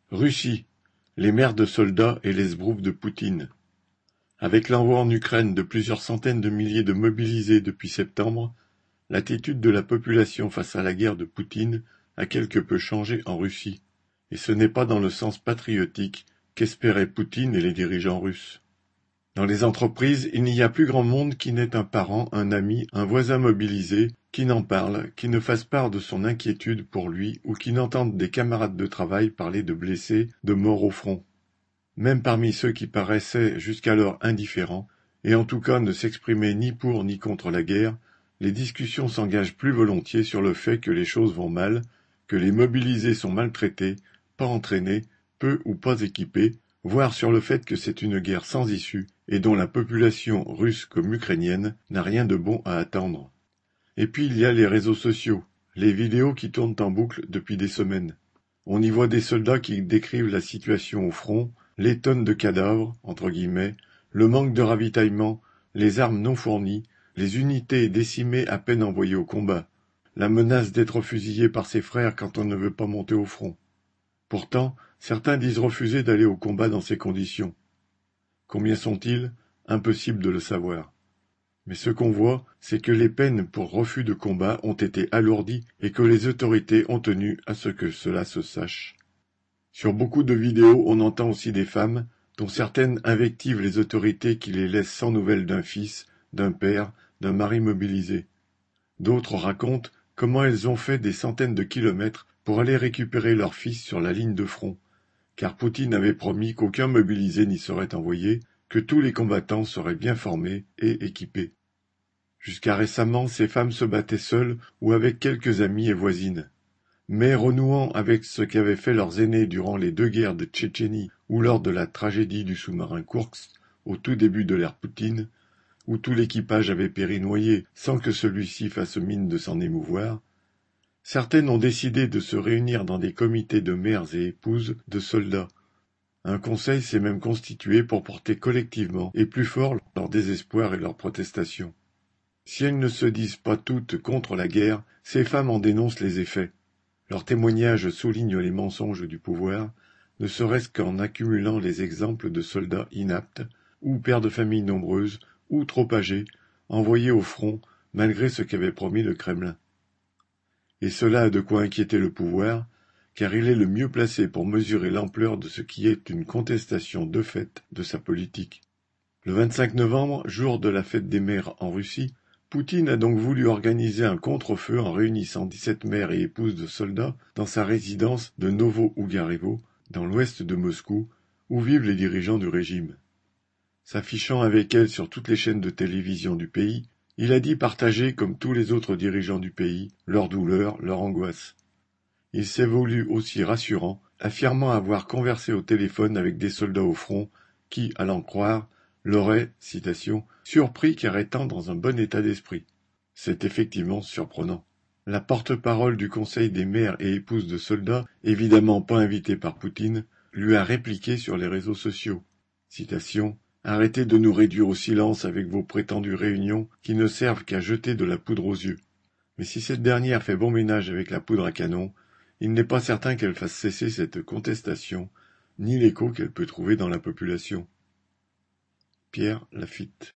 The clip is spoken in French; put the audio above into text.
Russie, les mères de soldats et les sbroufs de Poutine. Avec l'envoi en Ukraine de plusieurs centaines de milliers de mobilisés depuis septembre, l'attitude de la population face à la guerre de Poutine a quelque peu changé en Russie. Et ce n'est pas dans le sens patriotique qu'espéraient Poutine et les dirigeants russes. Dans les entreprises, il n'y a plus grand monde qui n'ait un parent, un ami, un voisin mobilisé, qui n'en parle, qui ne fasse part de son inquiétude pour lui ou qui n'entende des camarades de travail parler de blessés, de morts au front. Même parmi ceux qui paraissaient jusqu'alors indifférents, et en tout cas ne s'exprimaient ni pour ni contre la guerre, les discussions s'engagent plus volontiers sur le fait que les choses vont mal, que les mobilisés sont maltraités, pas entraînés, peu ou pas équipés, voire sur le fait que c'est une guerre sans issue et dont la population russe comme ukrainienne n'a rien de bon à attendre. Et puis il y a les réseaux sociaux, les vidéos qui tournent en boucle depuis des semaines. On y voit des soldats qui décrivent la situation au front, les tonnes de cadavres, entre guillemets, le manque de ravitaillement, les armes non fournies, les unités décimées à peine envoyées au combat, la menace d'être fusillé par ses frères quand on ne veut pas monter au front. Pourtant, certains disent refuser d'aller au combat dans ces conditions. Combien sont-ils? Impossible de le savoir. Mais ce qu'on voit, c'est que les peines pour refus de combat ont été alourdies et que les autorités ont tenu à ce que cela se sache. Sur beaucoup de vidéos, on entend aussi des femmes, dont certaines invectivent les autorités qui les laissent sans nouvelles d'un fils, d'un père, d'un mari mobilisé. D'autres racontent comment elles ont fait des centaines de kilomètres pour aller récupérer leur fils sur la ligne de front, car Poutine avait promis qu'aucun mobilisé n'y serait envoyé, que tous les combattants seraient bien formés et équipés. Jusqu'à récemment, ces femmes se battaient seules ou avec quelques amis et voisines. Mais renouant avec ce qu'avaient fait leurs aînés durant les deux guerres de Tchétchénie ou lors de la tragédie du sous-marin Kursk, au tout début de l'ère Poutine, où tout l'équipage avait péri noyé sans que celui-ci fasse mine de s'en émouvoir, certaines ont décidé de se réunir dans des comités de mères et épouses de soldats. Un conseil s'est même constitué pour porter collectivement et plus fort leur désespoir et leurs protestations. Si elles ne se disent pas toutes contre la guerre, ces femmes en dénoncent les effets. Leurs témoignages soulignent les mensonges du pouvoir, ne serait-ce qu'en accumulant les exemples de soldats inaptes, ou pères de familles nombreuses, ou trop âgés, envoyés au front malgré ce qu'avait promis le Kremlin. Et cela a de quoi inquiéter le pouvoir, car il est le mieux placé pour mesurer l'ampleur de ce qui est une contestation de fait de sa politique. Le 25 novembre, jour de la fête des mères en Russie, Poutine a donc voulu organiser un contre-feu en réunissant 17 mères et épouses de soldats dans sa résidence de Novo-Ougarevo, dans l'ouest de Moscou, où vivent les dirigeants du régime. S'affichant avec elles sur toutes les chaînes de télévision du pays, il a dit partager, comme tous les autres dirigeants du pays, leur douleur, leur angoisse. Il s'est voulu aussi rassurant, affirmant avoir conversé au téléphone avec des soldats au front qui, à l'en croire, l'auraient, citation, surpris car étant dans un bon état d'esprit. C'est effectivement surprenant. La porte-parole du Conseil des mères et épouses de soldats, évidemment pas invitée par Poutine, lui a répliqué sur les réseaux sociaux. Citation, « Arrêtez de nous réduire au silence avec vos prétendues réunions qui ne servent qu'à jeter de la poudre aux yeux. Mais si cette dernière fait bon ménage avec la poudre à canon, il n'est pas certain qu'elle fasse cesser cette contestation, ni l'écho qu'elle peut trouver dans la population. » Pierre Lafitte.